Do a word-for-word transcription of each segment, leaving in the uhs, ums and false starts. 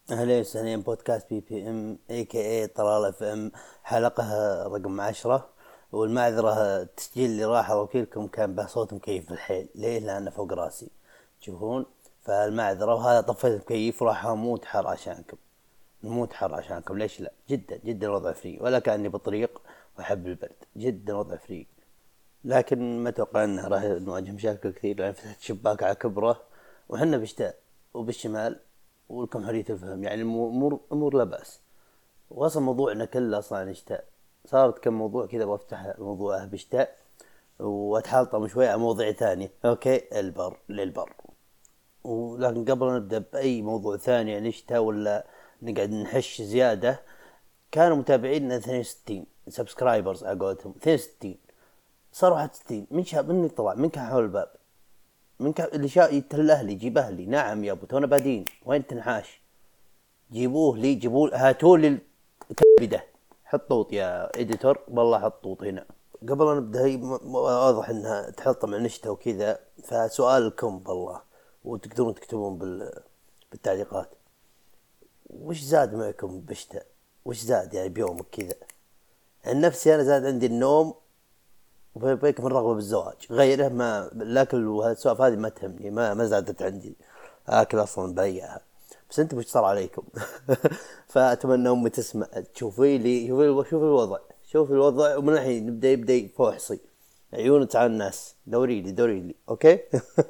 أهلا وسهلا بودكاست بي بي ام اي كي اي طلال اف ام، حلقة رقم عشرة. والمعذرة التسجيل اللي راح وكيلكم كان بصوت مكيف بالحيل. ليه؟ لأنه فوق راسي تشوفون. فالمعذرة، وهذا طفيت المكيف وراح اموت حر عشانكم. نموت حر عشانكم. ليش لا؟ جدا جدا وضع فري، ولا كأني بطريق واحب البرد. جدا وضع فري. لكن ما اتوقع انه راح نواجه مشاكل كثير، لان فتحت شباك على كبره وحنا بشتاء وبالشمال، ولكم حرية الفهم. يعني الامور امور لا باس. واصلا موضوعنا كله اصلا عن الشتاء. صارت كم موضوع كذا بفتح موضوعه بشتاء واتحلطم شوي على مواضيع ثانية. اوكي، البر للبر. ولكن قبل نبدا باي موضوع ثاني عن الشتاء ولا نقعد نحش زياده، كانوا متابعينا اثنين وستين سبسكرايبرز على قولتهم. اثنين وستين صار واحد وستين. من شاب مني طلع من كان حول الباب. من كان اللي شاء يتل اهلي جيب اهلي. نعم يا ابو تونا بادين، وين تنحاش؟ جيبوه لي، جيبوه هاتوا لي الكبده. حط طوط يا اديتور، والله حط طوط هنا. قبل ان نبدا، هي واضح انها تحطم عن الشتاء وكذا. فسؤالكم بالله، وتقدرون تكتبون بال بالتعليقات، وش زاد معكم بالشتاء؟ وش زاد يعني بيومك كذا؟ عن نفسي انا زاد عندي النوم، وبيك من رغبة بالزواج. غيره ما الاكل وهالسوالف هذه ما تهمني، ما ما زادت عندي. اكل اصلا بيعها. بس انتم وش صار عليكم؟ فاتمنى امي تسمع. تشوفي لي، شوفي شوفي الوضع، شوفي الوضع، ومن الحين نبدا يبدا يفوحصي عيون على الناس. دوري لي دوري لي اوكي.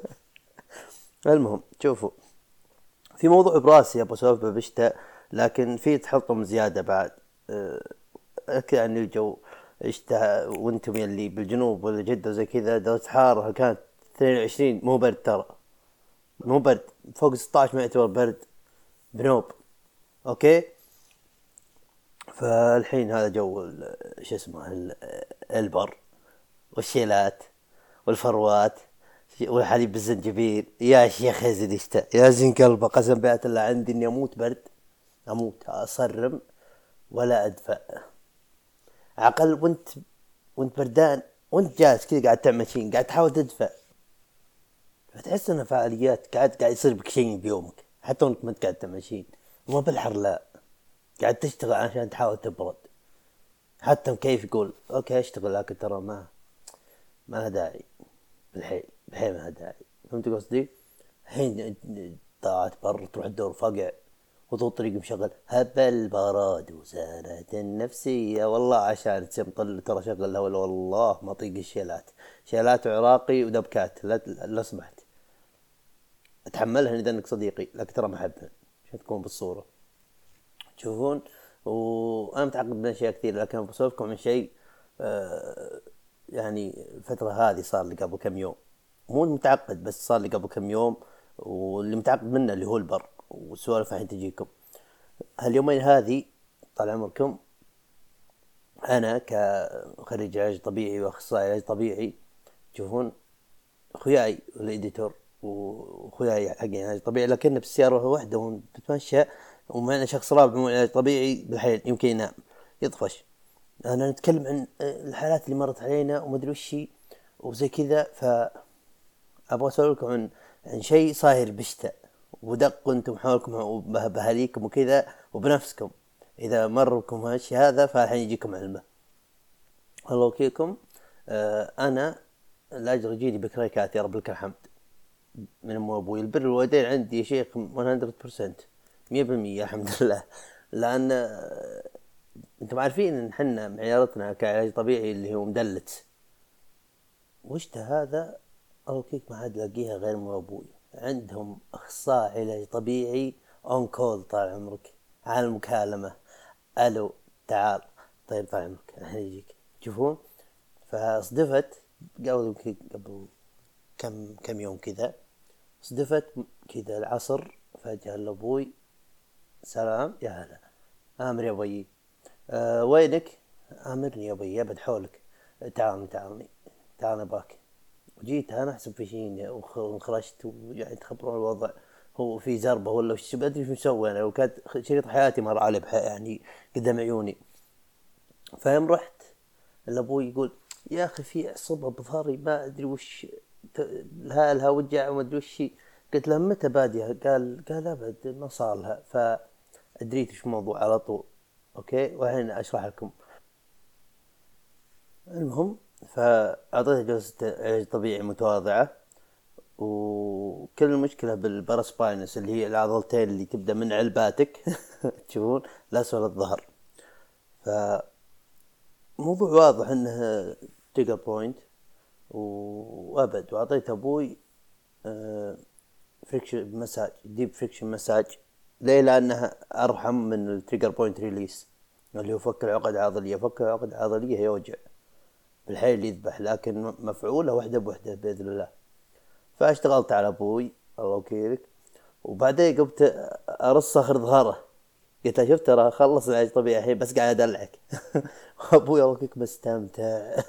المهم شوفوا، في موضوع براسي ابغى اسولف بشتاء، لكن في تحطم زياده بعد. أه، يعني الجو اشتاء، وانتم يلي بالجنوب ولا جدة زي كذا درجة حرارة كانت اثنين وعشرين. مو برد ترى، مو برد. فوق ستة عشر ما يعتبر برد بنوب. اوكي. فالحين هذا جو ال- شو اسمه ال- البر والشيلات والفروات والحليب بالزنجبيل. يا شيخ يا زين اشتاء يا زين قلبه. قسم بيت الله عندي اني اموت برد، اموت اصرم ولا ادفع عقل. وانت وانت بردان، وانت جالس كذا قاعد تعمل شيء، قاعد تحاول تدفع. فتحس ان فعاليات قاعد قاعد يصير بك شيء بيومك، حتى وانت ما انت قاعد تعمل شيء. وما بالحر لا، قاعد تشتغل عشان تحاول تبرد. حتى كيف يقول اوكي اشتغل، لكن ترى ما ما له داعي. بالحيل بالحيل ما له داعي. فهمت قصدي؟ الحين طلعت بر تروح تدور فقع، وطول الطريق مشغل هبل البراد وزارت النفسية. والله عشان تسم طل ترى شغل له، والله ما طيق الشيلات. شيلات عراقي ودبكات. لا لا سمحت اتحملها اذا انك صديقي، لكن ترى ما احبها عشان تكون بالصورة. تشوفون. وانا متعقد من اشياء كثير، لكن بسولفكم عن شيء. آه يعني الفترة هذه صار لي قبل كم يوم. مو متعقد، بس صار لي قبل كم يوم. واللي متعقد منه اللي هو البر والسوالف الحين تجيكم. هاليومين هذه طال عمركم، انا كخريج علاج طبيعي واخصائي علاج طبيعي، تشوفون اخوياي الاديتور واخوياي حقين علاج طبيعي، لكن بالسيارة واحدة ونتمشى، ومعنا شخص رابع مو علاج طبيعي بالحيل يمكن ينام يطفش. انا نتكلم عن الحالات اللي مرت علينا ومدري وش هي وزي كذا. فابغى اسولف لكم عن عن شيء صاير بشتاء، ودق انتم حولكم بهاليكم وكذا وبنفسكم. اذا مر بكم هالشيء هذا فالحين يجيكم علمه. الله وكيلكم. آه انا الاجر يجيني بكريكات يا رب لك الحمد من ام وابوي. البر الوالدين عندي يا شيخ مية بالمية، مية بالمية الحمد لله. لان آه، انتم عارفين ان حنا معيارتنا كعلاج طبيعي اللي هو مدلت. وش ده هذا؟ اوكيك ما عاد لاقيها غير مو ابوي. عندهم اخصائي علاج طبيعي اون كول طال عمرك، على المكالمة. الو تعال. طيب طال عمرك الحين يجيك. تشوفون. فصدفت قبل قبل كم كم يوم كذا. صدفت كذا العصر فجأة لابوي. سلام يا هلا. امر يا بيي. أه وينك؟ امرني يا بيي ابد حولك. تعالني تعالني تعال باك. وجيت انا احسب في شيء وخرجت ويعني تخبرون الوضع. هو في زربه ولا وش بدري شو مسوي انا، وكانت شريط حياتي مر علي يعني قدام عيوني. فيوم رحت لابوي يقول يا اخي في عصبه بظهري ما ادري وش، لها لها وجع وما ادري وش. قلت له متى باديه؟ قال قال ابد ما صار لها. ادريت ايش الموضوع على طول. اوكي والحين اشرح لكم. المهم، فاعطيته جلسة علاج طبيعي متواضعة، وكل المشكلة بالباراسباينس اللي هي العضلتين اللي تبدأ من علباتك تشوفون لأسفل الظهر. فموضوع واضح انه تيجر بوينت، وابد. واعطيت ابوي فريكشن مساج، ديب فريكشن مساج. ليه؟ لانها ارحم من التريجر بوينت ريليس اللي هو فك العقد العضلية. فك العقد العضلية هي وجع بالحيل يذبح، لكن مفعولة وحدة بوحدة بإذن الله. فاشتغلت على ابوي الله وكيلك، وبعدين قمت ارص اخر ظهره. قلت له شفت ترى خلص العلاج طبيعي الحين، بس قاعد ادلعك. وابوي الله وكيلك مستمتع.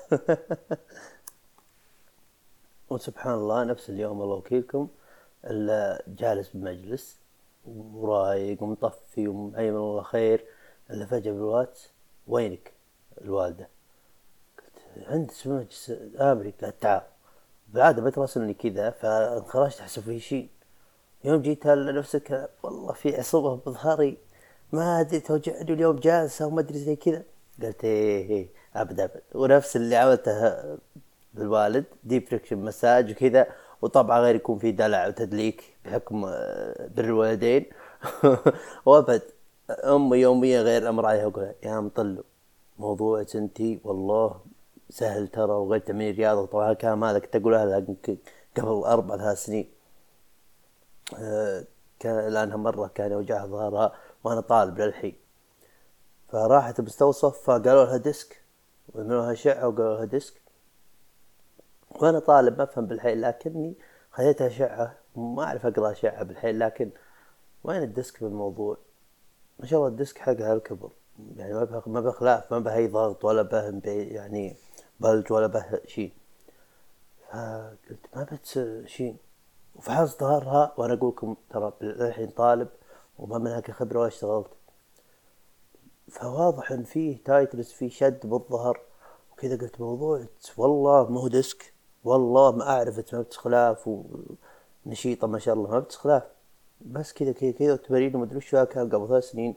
وسبحان الله نفس اليوم الله وكيلكم الا جالس بمجلس ورايق ومطفي ومعين الله خير، الا فجأة بالواتس وينك الوالدة؟ قلت عند سمج امري. قالت تعال. بالعادة بترسلني كذا، فانخرجت احسب في شيء. يوم جيت نفسك والله في عصبة بظهري ما ادري توجعني اليوم جالسة وما ادري زي كذا. قلت ايه ايه ابد ابد. ونفس اللي عملته بالوالد، ديب فريكشن مساج وكذا. وطبعا غير يكون في دلع وتدليك بحكم بر الوالدين. وابد امي يوميا غير امر عليها اقول يا مطلب موضوع انتي والله سهل ترى، وغير تمرين رياضة. طبعا الكلام هذا كنت اقولها لها قبل اربع ثلاث سنين. أه كان لانها مرة كان يوجعها ظهرها وانا طالب للحين. فراحت المستوصف فقالوا لها ديسك، وعملوا لها اشعة وقالوا لها ديسك. وانا طالب ما افهم بالحيل، لكني خذيتها اشعة ما اعرف اقرا اشعة بالحيل. لكن وين الديسك بالموضوع؟ ما شاء الله الديسك حقها الكبر، يعني ما به ما بخلاف، ما به اي ضغط ولا به يعني بلج ولا به شيء. فقلت ما بت شيء. وفحصت ظهرها، وانا اقول لكم ترى الحين طالب وما من هيك خبرة ولا اشتغلت. فواضح ان فيه تايتنس، فيه شد بالظهر وكذا. قلت موضوع والله ما هو ديسك، والله ما اعرف ما بتخلاف ونشيطة ما شاء الله ما بتخلاف، بس كذا كذا كذا وتمارين وما ادري وش كان قبل ثلاث سنين.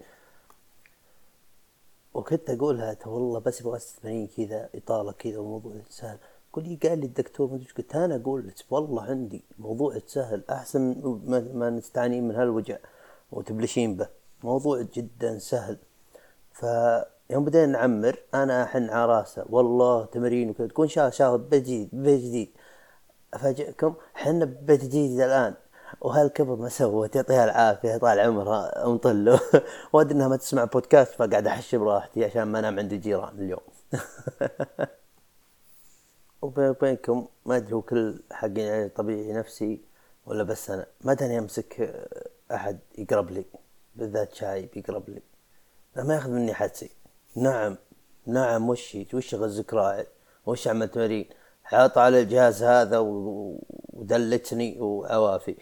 وكنت اقولها والله بس يبغى تمارين كذا اطالة كذا وموضوع سهل. قل لي قال لي الدكتور ما ادري. قلت انا اقول لك والله عندي موضوع سهل احسن ما, ما نستعانين من هالوجع وتبلشين به. موضوع جدا سهل. فيوم بدينا نعمر انا احن عراسة والله تمارين وكذا، تكون شاهد شاهد بيت جديد بيت جديد. افاجئكم حنا ببيت جديد الان، وهالكبر ما سوت يعطيها العافية طال عمرها مطلو. وادري انها ما تسمع بودكاست فقاعد احش براحتي عشان ما انام عند الجيران اليوم. وبينكم ما ادري هو كل حق يعني طبيعي نفسي ولا بس انا ما داني امسك احد يقرب لي، بالذات شاي بيقرب لي ما ياخذ مني حدسي. نعم نعم وشي وش غزك راعي وش عمل تمارين، حاط على الجهاز هذا ودلتني وعوافي.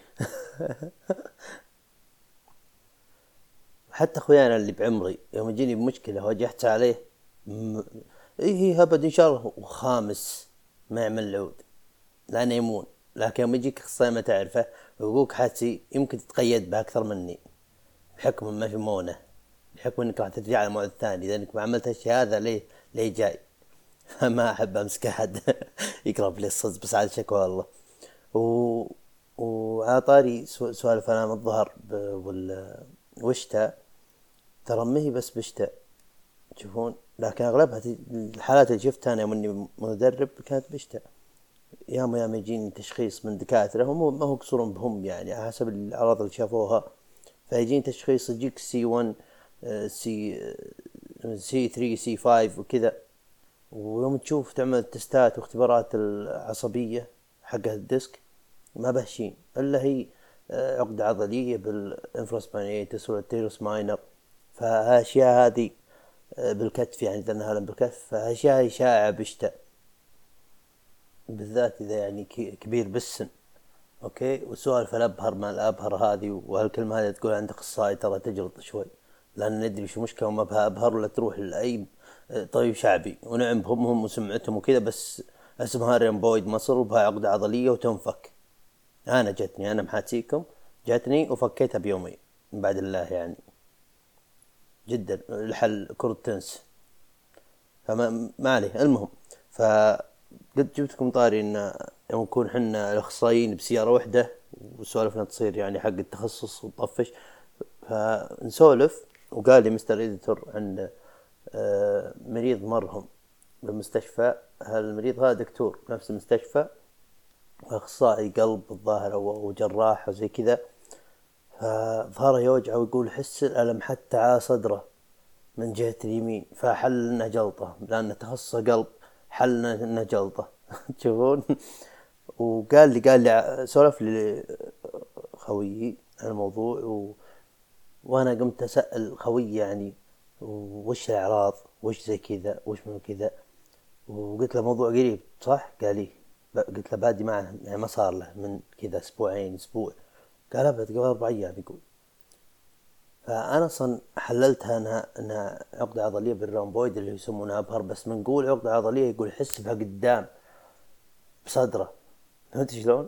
حتى اخويانا اللي بعمري يوم يجيني بمشكلة واجهت عليه م... ايه هبد ان شاء الله وخامس ما يعمل العود لانه يمون. لكن يوم يجيك اخصائي ما تعرفه ويقولك حدسي يمكن تتقيد باكثر مني بحكم ما في مونه، بحكم انك راح ترجع على الموعد الثاني اذا انك ما عملت هالشي هذا ليه ليه جاي. ما احب امسك احد يقرب لي الصدق بس على شكوى الله. و وعلى طاري سوالف الام الظهر وال وشتا، ترى ما هي بس بشتا تشوفون، لكن اغلبها الحالات اللي شفتها انا مني مدرب كانت بشتا. ياما ياما يجيني تشخيص من دكاترة هم ما هو قصورهم بهم يعني على حسب الأعراض اللي شافوها. فيجيني تشخيص يجيك سي ون سي سي ثري سي فايف وكذا. ويوم تشوف تعمل تستات واختبارات العصبية حق الديسك ما بهشين إلا هي عقدة عضلية بالانفراسبانيتس ولا التيروس ماينر. فهالأشياء هذه بالكتف يعني إذا نهلم بالكتف، فهالأشياء هذه شائعة بشتاء بالذات إذا يعني كبير بالسن. أوكي. وسؤال الأبهر ما الأبهر هذه وهالكلمة هذه تقول عند أخصائي ترى تجلط شوي، لأن ندري شو مشكلة وما بها أبهر ولا تروح لأي طبيب شعبي. ونعم بهم هم وسمعتهم وكذا، بس اسمها ريمبويد مصر وبها عقدة عضلية وتنفك. أنا جتني أنا محاتيكم جتني وفكيتها بيومي من بعد الله يعني. جدا لحل كرة تنس. فما ما عليه. المهم، فقد جبتكم طاري ان يوم نكون حنا الاخصائيين بسيارة واحدة وسوالفنا تصير يعني حق التخصص ونطفش، فنسولف. وقال لي مستر إديتور عن آه، مريض مرهم بالمستشفى. هالمريض هذا دكتور نفس المستشفى، أخصائي قلب الظاهر أو جراح أو زي كذا. فظهره يوجع ويقول يحس الألم حتى على صدره من جهة اليمين، فحل لنا جلطة لأنه تخصص قلب، حل لنا جلطة. تشوفون. وقال لي قال لي سولف لي خويي عن الموضوع و... وانا قمت اسأل خويي يعني وش الاعراض، وش زي كذا، وش من كذا. وقلت له موضوع قريب صح؟ قال لي. قلت له بادي معه يعني ما صار له من كذا اسبوعين اسبوع. قال ابد قبل اربع ايام يقول. فانا اصلا حللتها انها انها عقده عضليه بالرومبويد اللي يسمونها ابهر، بس منقول عقده عضليه يقول يحس بها قدام بصدره. فهمت شلون؟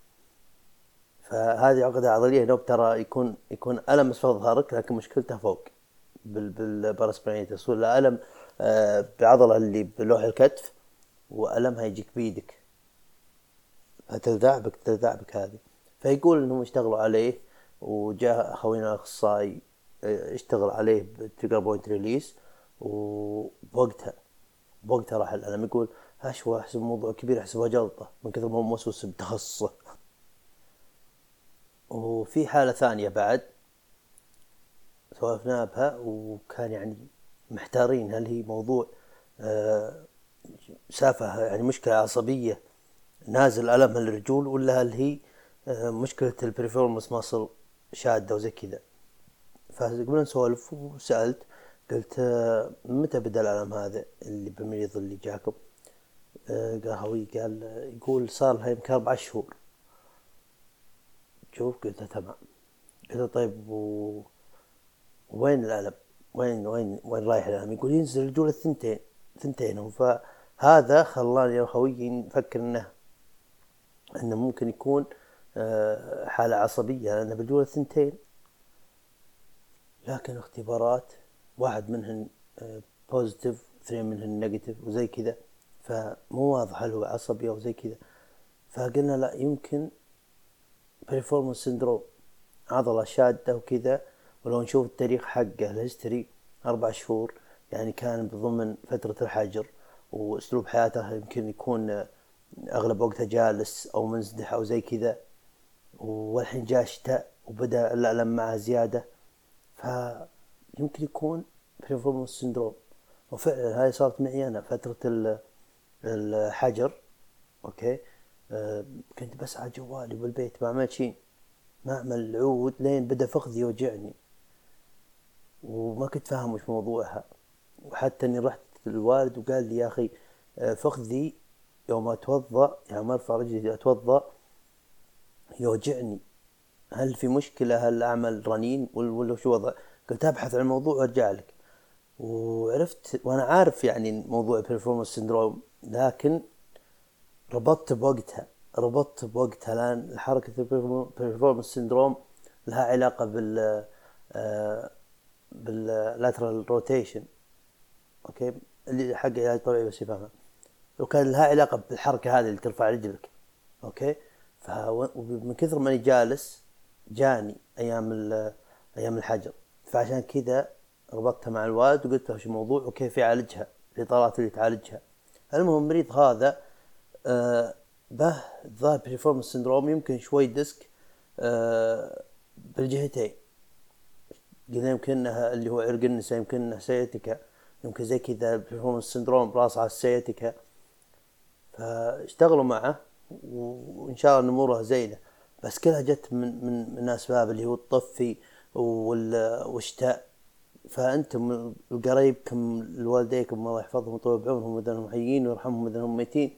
فهذه عقده عضليه نوب ترى يكون يكون الم اسفل ظهرك لكن مشكلته فوق بال بالباراسبرينيتس، ولا الم آه بعضله اللي بلوح الكتف والمها يجيك بيدك فتلدعبك تلدعبك هذه. فيقول انهم اشتغلوا عليه وجاء خوينا الاخصائي اشتغل عليه بالتريجر بوينت ريليس، وبوقتها بوقتها راح الالم. يقول اشوى احسب موضوع كبير احسبها جلطه من كثر ما هو موسوس بتخصصه. وفي حاله ثانيه بعد سولفنا بها وكان يعني محتارين هل هي موضوع آه سافه يعني مشكله عصبيه نازل ألم الرجول، ولا هل هي مشكلة البريفورمس ماسل شادة وزي كذا. فقبل نسولف وسألت قلت متى بدأ الألم هذا اللي بالمريض اللي جاكم؟ قال هوي قال يقول صار لها يمكن أربع شهور. شوف قلت تمام. قلت طيب و... وين الألم؟ وين وين وين رايح الألم؟ يقول ينزل الرجول الثنتين ثنتينهم. فهذا خلاني يا خوي نفكر انه انه ممكن يكون حالة عصبية لأنه بالجولة الثنتين، لكن اختبارات واحد منهن بوزيتيف اثنين منهن نيجاتيف وزي كذا، فمو واضح هل هو عصبي أو زي كذا. فقلنا لا يمكن بريفورمانس سيندروم، عضلة شادة وكذا. ولو نشوف التاريخ حقه الهيستوري أربع شهور يعني كان بضمن فترة الحجر، وأسلوب حياته يمكن يكون أغلب وقته جالس أو منزدح أو زي كذا، والحين جاء شتاء وبدأ الألم معه زيادة، فيمكن يكون بريفورمانس سيندروم. وفعلا هاي صارت معي أنا فترة الحجر. أوكي. أه كنت بس على جوالي بالبيت ما أعمل شيء، ما أعمل عود لين بدأ فخذي يوجعني وما كنت فاهم وش موضوعها. وحتى أني رحت للوالد وقال لي يا أخي فخذي يوم أتوضأ يعني ما أرفع رجلي أتوضأ يوجعني، هل في مشكلة؟ هل أعمل رنين ولا شو وضع؟ قلت أبحث عن الموضوع وأرجع لك. وعرفت وأنا عارف يعني موضوع performance syndrome، لكن ربطت بوقتها ربطت بوقتها لأن حركة performance syndrome لها علاقة بال باللاترال روتيشن. أوكي اللي حق علاج طبيعي بس يفهمها، وكان لها علاقة بالحركة هذه اللي ترفع رجلك. أوكي. فمن كثر ما أنا جالس جاني أيام أيام الحجر، فعشان كذا ربطتها مع الوالد وقلت له شو الموضوع وكيف يعالجها، الإطارات اللي تعالجها. المهم المريض هذا آه به ظاهر بريفورمانس سيندروم يمكن شوي ديسك آه بالجهتين. قلنا يمكن انها اللي هو عرق النسا، يمكن انها سياتيكا، يمكن زي كذا بريفورمانس سيندروم راس على السياتيكا. فاشتغلوا معه وإن شاء الله نموره زينة. بس كلها جت من من من أسباب اللي هو الطفي والشتاء. فأنتم القريبكم الوالديكم الله يحفظهم ويطول بعمرهم إذا هم حيين ويرحمهم إذا هم ميتين،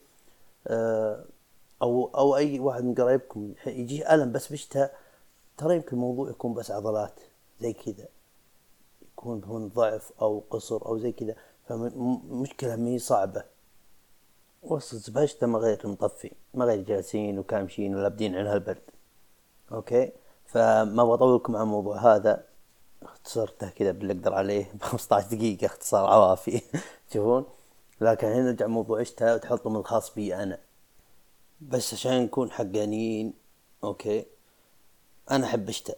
أو أو أي واحد من قريبكم يجيه ألم بس بشتاء، ترى يمكن الموضوع يكون بس عضلات زي كذا، يكون هون ضعف أو قصر أو زي كذا، فمشكلة مي صعبة. وصلت بهشته ما غير مطفي ما غير جالسين وكامشين ولابدين عن هالبرد. اوكي. فما بطولكم عن الموضوع هذا، اختصرته كذا باللي اقدر عليه بخمسة عشر دقيقة اختصار عوافي. تشوفون. لكن الحين نرجع موضوع عشتها وتحطه من الخاص بي انا، بس عشان نكون حقانيين. اوكي، انا احب الشتاء،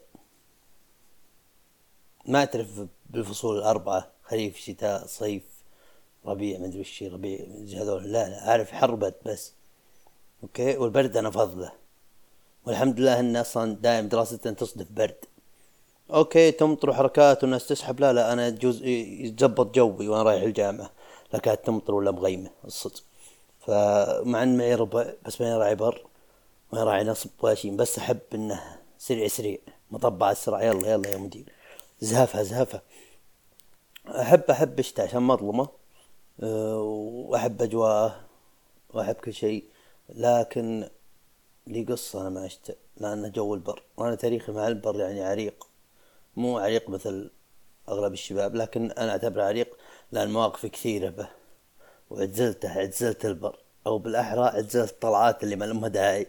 ما اعترف بالفصول الاربعة: خريف شتاء صيف ربيع مدري وش ربيع هذول، لا لا، اعرف حر برد بس. اوكي، والبرد انا فضله، والحمد لله ان اصلا دائم دراستنا تصدف برد. اوكي، تمطر وحركات والناس تسحب، لا لا، انا جزء يتزبط جوي وانا رايح الجامعة، لا كانت تمطر ولا مغيمة الصدق. فمع ان معي ربع بس ما راعي بر ما راعي نصب واشين، بس احب انه سريع سريع مطبع اسرع، يلا يلا يا مدير، زهفها زهفها. احب احب الشتاء عشان مظلمة. أه، واحب اجواءه واحب كل شيء. لكن لي قصة انا مع الشتاء، لان جو البر، وانا تاريخي مع البر يعني عريق. مو عريق مثل اغلب الشباب، لكن انا اعتبره عريق لان مواقفي كثيرة به، وعزلته عزلت البر، او بالاحرى عزلت الطلعات اللي ما لها داعي.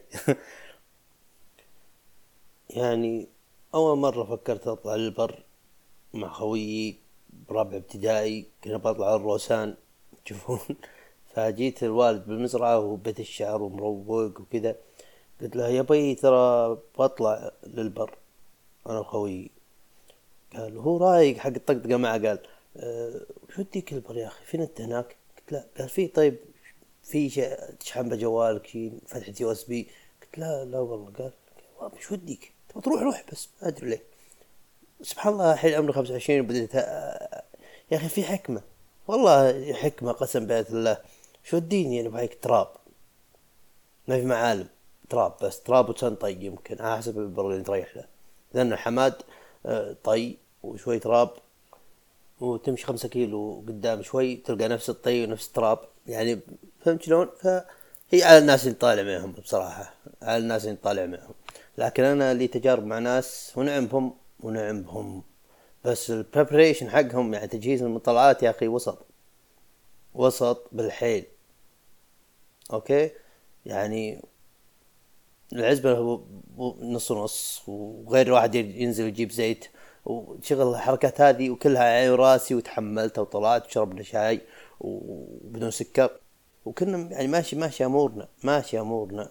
يعني اول مرة فكرت اطلع للبر مع خويي برابع ابتدائي، كنا بطلع الروسان. تشوفون. فجيت الوالد بالمزرعة وبيت الشعر ومروق وكذا، قلت له يا بي ترى بطلع للبر انا وخويي. قال هو رايق حق الطقطقة معه. قال أه وش وديك البر يا اخي، فين انت هناك؟ قلت لا. قال في طيب في شيء تشحن بجوالك شيء فتحة يو اس بي؟ قلت لا لا والله. قال وش وديك تبغى تروح روح، بس ما ادري ليه. سبحان الله، الحين عمري خمسة وعشرين وبديت أ- يا اخي في حكمة، والله حكمة قسم بيت الله. شو الدين يعني بهيك تراب، ما في معالم، تراب بس، تراب وتسن طي، يمكن على حسب البر اللي تريح له. لأن الحماد آه، طي وشوي تراب، وتمشي خمسة كيلو قدام شوي تلقى نفس الطي ونفس التراب يعني. فهمت شلون؟ فهي على الناس اللي طالع معهم بصراحة، على الناس اللي طالع معهم. لكن أنا لي تجارب مع ناس ونعم بهم ونعم بهم، بس البريبريشن حقهم يعني تجهيز المطلعات يا أخي وسط وسط بالحيل. أوكي، يعني العزبة هو نص نص، وغير واحد ينزل يجيب زيت وشغل الحركات هذه، وكلها عين راسي، وتحملتها وطلعت وشربنا شاي وبدون سكر، وكنا يعني ماشي ماشي امورنا ماشي امورنا.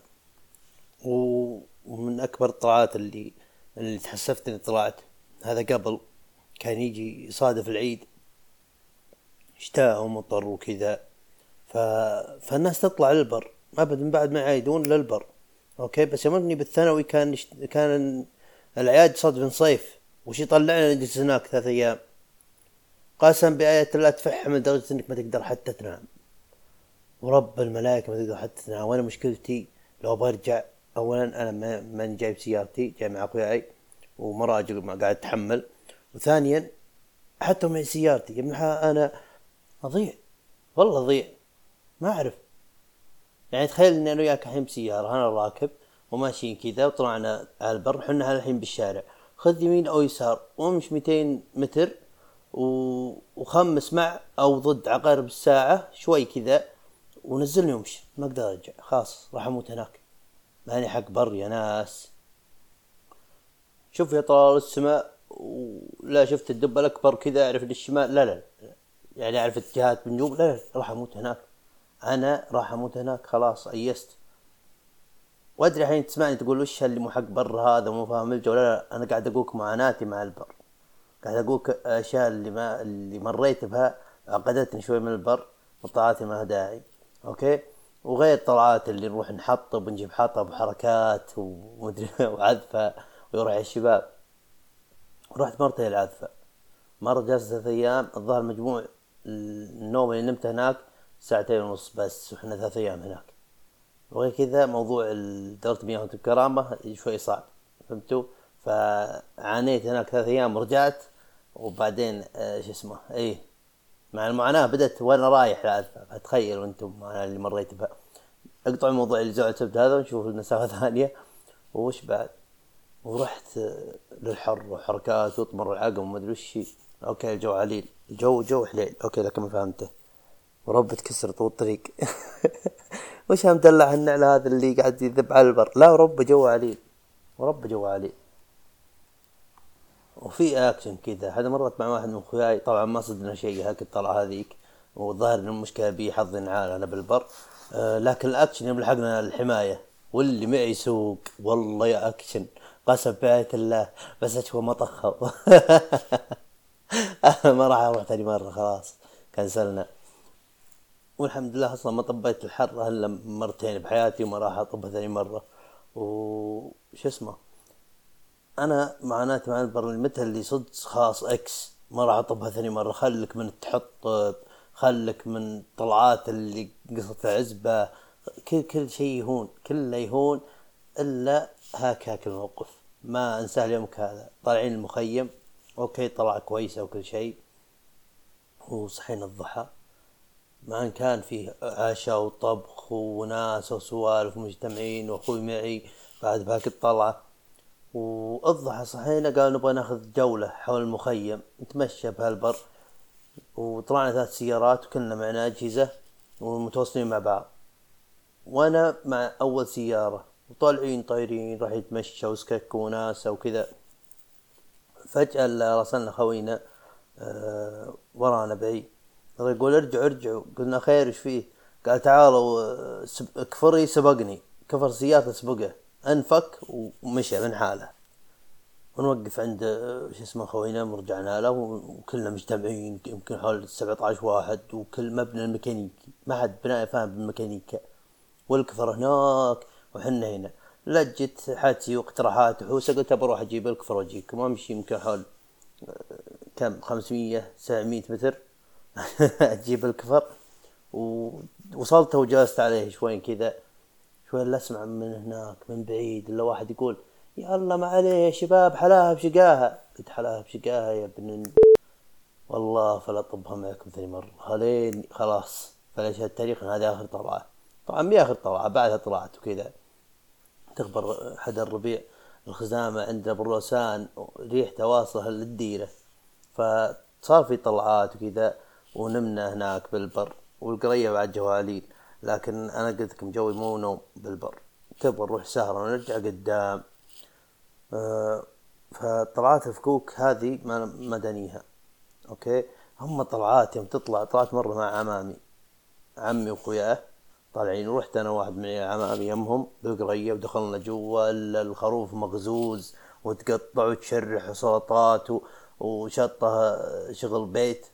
ومن اكبر الطلعات اللي اللي تحسفت اني طلعت، هذا قبل كان يجي يصادف العيد شتاء ومطر وكذا. ف... فالناس تطلع للبر ابدا بعد ما يعيدون للبر. اوكي، بس يوم ابني بالثانوي كان يشت... كان العياد صدف صيف، وش يطلعنا نجلس هناك ثلاث ايام، قسم بآية لا تفحم لدرجة انك ما تقدر حتى تنام، ورب الملائكة ما تقدر حتى تنام. وانا مشكلتي لو برجع، اولا انا ما ماني جايب سيارتي، جاي مع اخوياي ومراجل ما قاعد اتحمل. وثانيا حتى معي سيارتي يمنحها انا اضيع، والله اضيع، ما اعرف. يعني تخيل اني انا وياك الحين بسيارة، انا راكب وماشيين كذا وطلعنا على البر، حنا الحين بالشارع، خذ يمين او يسار وامش مئتين متر و... وخمس مع او ضد عقارب الساعة شوي كذا، ونزلني وامشي، ما اقدر ارجع، خلاص راح اموت هناك، ماني حق بر يا ناس. شوف يا طلال السماء، ولا شفت الدب الاكبر كذا اعرف الشمال، لا لا يعني اعرف اتجاهات بنجوم، لا لا راح اموت هناك، انا راح اموت هناك، خلاص ايست. وادري الحين تسمعني تقول وش اللي مو حق بر هذا مو فاهم الجو، لا لا، انا قاعد اقولك معاناتي مع البر، قاعد اقولك اشياء اللي ما اللي مريت بها عقدتني شوي من البر، وطلعاتي ما لها داعي. اوكي، وغير طلعات اللي نروح نحطب ونجيب حطب وحركات ومدري وعذفة ويروح الشباب. رحت مرتين العذفة، مرة جلست ثلاث ايام، الظاهر مجموع النوم اللي نمت هناك ساعتين ونص بس، وحنا ثلاث ايام هناك. وغير كذا موضوع دورة مياه الكرامة شوي صعب، فهمتوا؟ فعانيت هناك ثلاث ايام ورجعت. وبعدين آه شو اسمه ايه، مع المعاناة بدأت وانا رايح العذفة، فتخيلوا انتم المعاناة اللي مريت بها. اقطعوا الموضوع اللي زعل سبت هذا ونشوف المسافة ثانية. ووش بعد؟ ورحت آه، للحر وحركات واطمر العقم وما ادري وش. اوكي الجو عليل، الجو جو حليل، اوكي لكن ما فهمته، ورب تكسر طول الطريق. وش مدلع النعل هذا اللي قاعد يذب على البر، لا ورب جو عليل، ورب جو عليل. وفي اكشن كذا. هذا مرت مع واحد من اخوياي، طبعا ما صدنا شيء هاك الطلعه هذيك، والظاهر ان المشكله بي حظ عال انا بالبر. آه لكن الاكشن يوم لحقنا الحمايه، واللي معي يسوق والله يا اكشن، قسم بآية الله، بس اشوفه ما طخه. ما راح اروح ثاني مره، خلاص كنسلنا. والحمد لله اصلا ما طبيت الحر الا مرتين بحياتي، وما راح اطبها ثاني مره. وش اسمه، انا معناته مع البرلمتها اللي صد خاص اكس، ما راح اطبها ثاني مرة. خلك من تحط، خلك من طلعات اللي قصة عزبة، كل كل شيء يهون، كله يهون الا هاك هاك الموقف. ما انساه اليوم هذا، طالعين المخيم، اوكي طلع كويسة وكل شيء، وصحينا الضحى، مع ان كان فيه عشاء وطبخ وناس وسوالف ومجتمعين، واخوي معي بعد بهاك الطلعة. والضحى صحينا قال نبغى ناخذ جولة حول المخيم، نتمشى بهالبر. وطلعنا ثلاث سيارات وكلنا معنا أجهزة ومتواصلين مع بعض، وأنا مع أول سيارة، وطالعين طايرين راح يتمشى وسكك وناسة وكذا. فجأة راسلنا خوينا أه ورانا بعيد، يقول ارجعوا ارجعوا. قلنا خير ايش فيه؟ قال تعالوا سب... كفري سبقني، كفر سيارته سبقه، انفك ومشى من حاله. ونوقف عند شو اسمه خوينا، ورجعنا له وكلنا مجتمعين يمكن حول سبعة عشر واحد، وكل مبنى الميكانيكي، ما حد بناء فاهم بالميكانيكا، والكفر هناك وحنا هنا. لجت حاتي واقتراحات وحوسه، قلت بروح اجيب الكفر واجيكم. امشي يمكن حول كم خمسمية سبعمية متر اجيب الكفر. ووصلت وجلست عليه شوين كذا، شوي لا اسمع من هناك من بعيد الا واحد يقول يلا ما عليه يا شباب، حلاها بشقاها. قلت حلاها بشقاها يا ابن، والله فلا طبها معكم ثاني مرة، خلين خلاص فليش التاريخ هذا اخر طلعة. طبعا مي اخر طلعة، بعدها طلعت وكذا. تخبر حدا الربيع الخزامة عندنا بالروسان ريحته واصلة للديرة، فصار في طلعات وكذا. ونمنا هناك بالبر، والقرية بعد جوالين، لكن انا قلت لكم جوي مو نوم بالبر، تبغى نروح سهرة ونرجع قدام. أه فطلعات الفكوك هذه ما مدنيها اوكي. هم طلعات يوم تطلع، طلعت مرة مع عمامي، عمي واخوياه طالعين، ورحت انا واحد من عمامي يمهم بالقرية، ودخلنا جوا الخروف مغزوز وتقطع وتشرح وسلطات وشطه شغل بيت.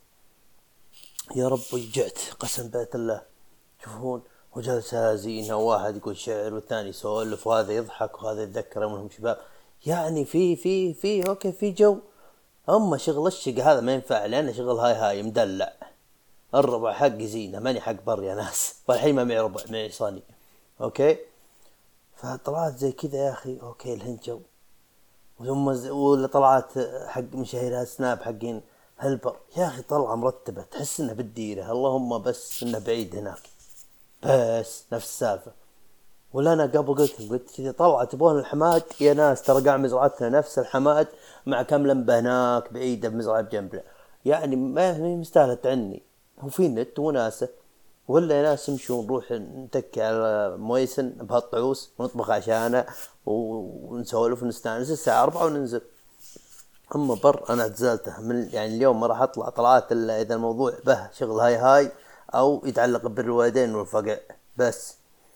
يا رب وجعت قسم بيت الله. شوفون وجلسة زينة، وواحد يقول شعر والثاني يسولف، وهذا يضحك وهذا يتذكر منهم شباب. يعني في في في اوكي في جو. اما شغل الشق هذا ما ينفع، لان شغل هاي هاي مدلع. الربع حق زينة، ماني حق بر يا ناس، والحين ما معي ربع، معي صاني اوكي. فطلعت زي كذا يا اخي اوكي الهنجو. ثم ولا طلعت حق مشاهير سناب حقين هلبر، يا اخي طلعة مرتبة، تحس انها بالديرة، اللهم بس انه بعيد هناك، بس نفس السالفة. ولا انا قبل قلت قلت كذا طلعة تبغون الحماد يا ناس، ترى قاع مزرعتنا نفس الحماد، مع كم لمبة هناك بعيدة بمزرعة بجنبنا، يعني ما هي مستاهلة تعني. هو في نت وناسة، ولا يا ناس امشوا نروح نتكي على مويسن بهالطعوس ونطبخ عشانه ونسولف ونستانس الساعة أربعة وننزل. أما بر أنا اعتزلته من، يعني اليوم ما راح أطلع طلعات إلا إذا الموضوع به شغل هاي هاي، أو يتعلق بالوالدين والفقع بس.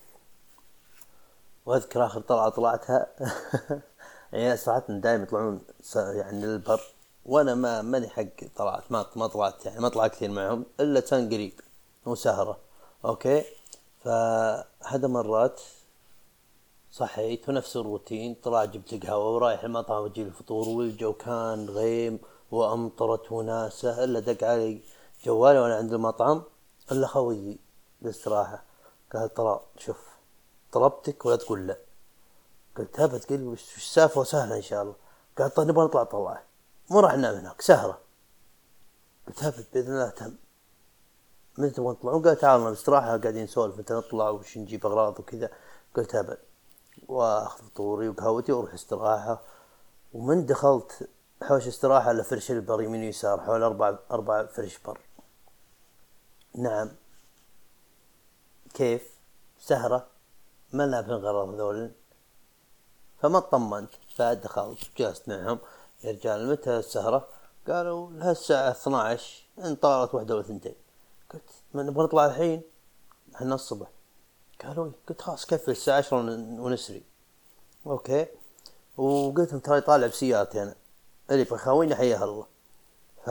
واذكر اخر طلعة طلعتها يعني صراحة دائما يطلعون يعني للبر، وانا ما ماني حق طلعت، ما ما طلعت يعني ما طلعت كثير معهم الا كان قريب وسهرة اوكي. فهذا مرات صحيت ونفس الروتين، طلع جبت قهوة ورايح المطعم وجيب الفطور، والجو كان غيم وامطرت وناسة، الا دق علي جوالي وانا عند المطعم الا خويي بالاستراحة، قال ترى شوف طلبتك ولا تقول لا. قلت هبه تقول لي وش السالفه؟ وسهله ان شاء الله. قال طيب نبغى نطلع طلعه، مو راح ننام هناك سهره. قلت هبه باذن الله تم. متى تبغى تطلعون؟ قال تعالوا باستراحه قاعدين نسولف متى نطلع وش نجيب اغراض وكذا. قلت هبه، واخذ فطوري وقهوتي واروح استراحه. ومن دخلت حوش استراحه لفرش البر يمين ويسار، حوالي اربع اربع فرش بر. نعم كيف سهره ما لها في الغرض ذول. فما اطمنت، فدخلت جلست معهم يا رجال متى السهرة؟ قالوا لها الساعة اثنا عشر، ان طارت واحدة ولا ثنتين. قلت ما نبغى نطلع الحين، احنا الصبح. قالوا قلت خلاص كفي الساعة عشرة ونسري. اوكي. وقلت لهم ترى طالع بسيارتي انا، اللي بخاويني حياها الله. ف...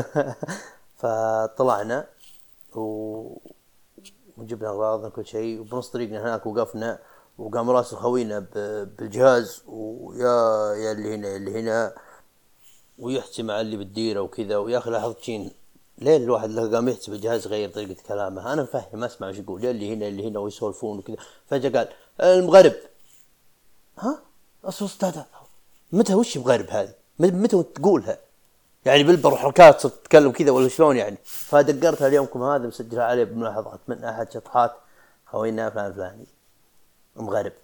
فطلعنا و... وجبنا اغراضنا كل شيء، وبنص طريقنا هناك وقفنا، وقام راس خوينا ب... بالجهاز، ويا يا اللي هنا يا اللي هنا، ويحكي مع اللي بالديره وكذا. ويا اخي لاحظت شين، ليه الواحد له قام يحسب الجهاز غير طريقه كلامه، انا مفهم اسمع ايش يقول، يا اللي هنا اللي هنا ويسولفون وكذا. فجاه قال المغرب. ها اصوص هذا متى؟ وش بغرب هذه؟ متى تقولها يعني بالبر وحركات صرت تتكلم كذا ولا شلون يعني؟ فدقرتها اليومكم هذا مسجلها عليه بملاحظات من احد شطحات خوينا فلان فلاني مغرب.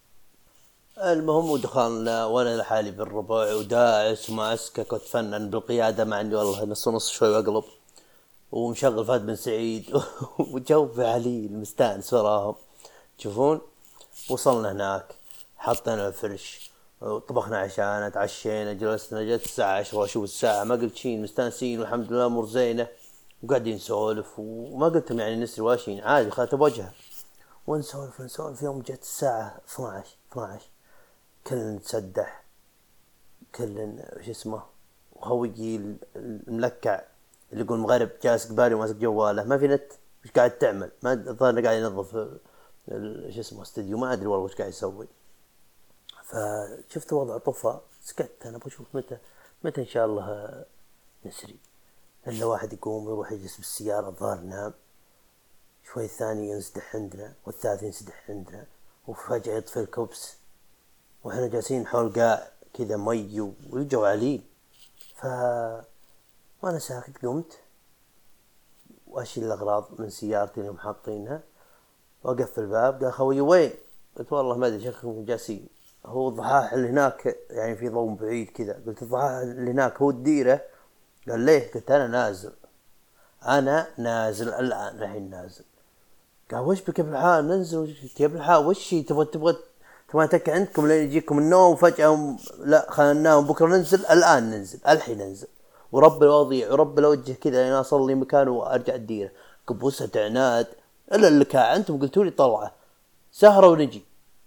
المهم ودخلنا وانا لحالي بالربع وداعس وما اسكك واتفنن بالقياده، مع اني والله نص نص شوي واقلب، ومشغل فهد بن سعيد وجو علي المستانس وراهم. تشوفون وصلنا هناك، حطينا الفرش وطبخنا عشان تعشينا، جلسنا، جت الساعة عشرة واشوف الساعة ما قلت شيء، مستانسين والحمد لله امور زينة، وقاعدين نسولف وما قلتهم يعني نسري واشين عادي، خاطب وجهه ونسولف ونسولف. يوم جت الساعة اثنا عشر اثنا عشر كلنا نتسدح، كلنا وش اسمه، وخويي الملكع اللي يقول مغرب جالس قبالي وماسك جواله، ما في نت، وش قاعد تعمل؟ ما الظاهر قاعد ينظف ايش اسمه استديو، ما ادري والله وش قاعد يسوي. فشفت وضع طفى، سكت انا بشوف متى متى ان شاء الله نسري. الا واحد يقوم يروح يجلس بالسيارة، الظاهر نام شوي، الثاني ينسدح عندنا والثالث ينسدح عندنا، وفجأة يطفي الكبس واحنا جالسين حول قاع كذا مي ويجوا عليل. ف وانا ساكت قمت واشيل الاغراض من سيارتي اللي هم حاطينها واقفل الباب. قال خوي وين؟ قلت والله ما ادري شكلهم جالسين، هو الضحاح اللي هناك يعني في ضوء بعيد كذا. قلت الضحاح اللي هناك هو الديره؟ قال ليه؟ قلت انا نازل، انا نازل الان الحين نازل. قال وش بك بالحال ننزل؟ يا بالحال وش تبغى تبغى تبغى تك عندكم لين يجيكم النوم فجأة؟ لا خلنا ننام بكره ننزل، الان ننزل الحين ننزل، ورب الوضيع ورب الوجه كذا انا اصلي مكانه وارجع الديره. قبوسة عناد الا اللكاع، انتم قلتوا لي طلعه سهره ونجي،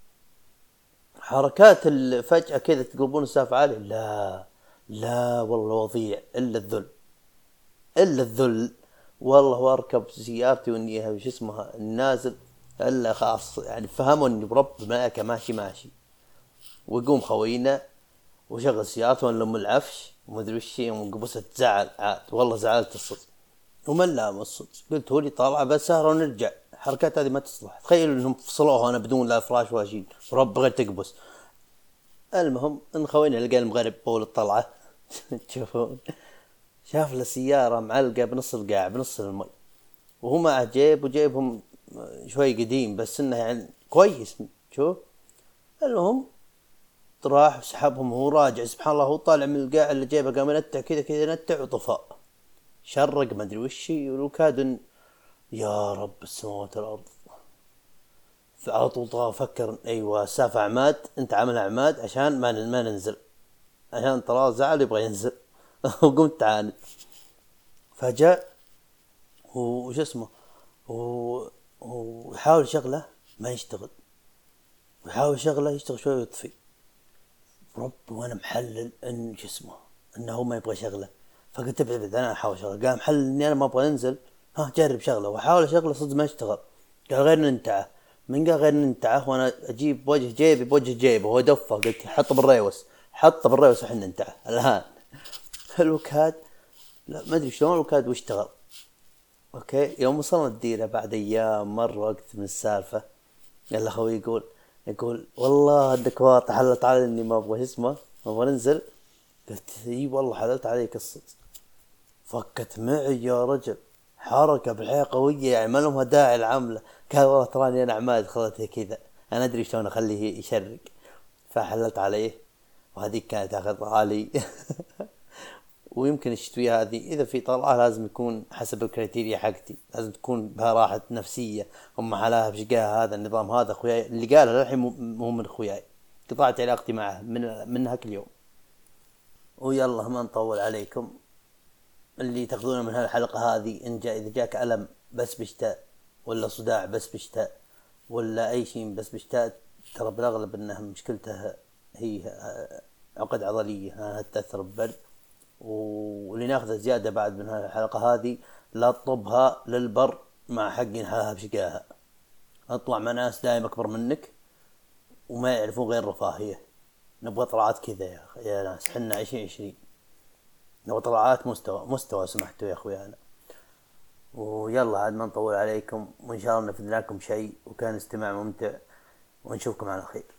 حركات فجأة كذا تقلبون السالفة عالي. لا لا والله وضيع الا الذل الا الذل والله. واركب سيارتي واني وش اسمها النازل الا خاص يعني فهموا اني برب ملائكة ماشي ماشي. ويقوم خوينا وشغل سيارته ونلم العفش ومدري وش، يوم قبصت زعل عاد والله زعلت الصدق ومن لام الصدق. قلت هولي طالعة بس سهرة ونرجع، الحركات هذه ما تصلح. تخيلوا انهم فصلوها انا بدون لا فراش ولا شيء، رب غير تقبس. المهم ان خوينا لقى المغرب طول الطلعة تشوفون شاف له سيارة معلقة بنص القاع بنص المي، وهو معه جيب وجيبهم شوي قديم بس انه يعني كويس. شوف المهم راح وسحبهم وهو راجع سبحان الله، هو طالع من القاع اللي جيبه قام ينتع كذا كذا ينتع وطفى شرق ما ادري وش ولو يا رب السماوات والارض. على طول طال فكر ايوه سافع عماد، انت عامل عماد عشان ما ما ننزل، عشان طلال زعل يبغى ينزل وقمت تعاند. فجاء وش اسمه ويحاول شغله ما يشتغل، ويحاول شغله يشتغل شوي ويطفي. رب وانا محلل ان شو اسمه انه ما يبغى شغله. فقلت ابعد انا احاول شغله. قال محلل اني انا ما ابغى انزل، ها جرب شغله. وحاول شغله صدق ما اشتغل. قال غير ننتعه. من قال غير ننتعه وانا اجيب وجه جيبي بوجه جيبه هو دفه. قلت حطه بالريوس، حطه بالريوس وحنا ننتعه الان. الوكاد لا ما ادري شلون الوكاد واشتغل. اوكي يوم وصلنا الديره بعد ايام مر وقت من السالفه، قال له خوي يقول يقول والله عندك واضح حلت علي اني ما ابغى اسمه ما ابغى ننزل. قلت اي والله حللت عليك الصدق. فكت معي يا رجل حركة بالحياة قوية يعني ما لهم داعي العملة. قال والله تراني انا عماد خلتها كذا، انا ادري شلون اخليه يشرق. فحللت عليه وهذيك كانت اخذ علي ويمكن الشتوية هذه إذا في طلعة لازم يكون حسب الكريتيريا حقتي، لازم تكون بها راحة نفسية. هم حلاها بشقاها هذا النظام هذا أخوياي اللي قالها للحين مو من أخوياي، قطعت علاقتي معه من من هاك اليوم. ويلا ما نطول عليكم. اللي تاخذونه من هالحلقة هذه إن جاء إذا جاك ألم بس بشتاء، ولا صداع بس بشتاء، ولا أي شيء بس بشتاء، ترى بالأغلب إنها مشكلته هي عقد عضلية تأثر ببرد. واللي ناخذه زيادة بعد من هالحلقة هذه، لا تطبها للبر مع حق ينحاها بشقاها. اطلع مع ناس دايم أكبر منك وما يعرفون غير رفاهية. نبغى طلعات كذا يا أخي يا ناس، حنا عشرين عشرين نبغى طلعات مستوى مستوى سمحتوا يا أخويانا. ويلا عاد ما نطول عليكم، وإن شاء الله نفذنا لكم شيء وكان استماع ممتع، ونشوفكم على خير.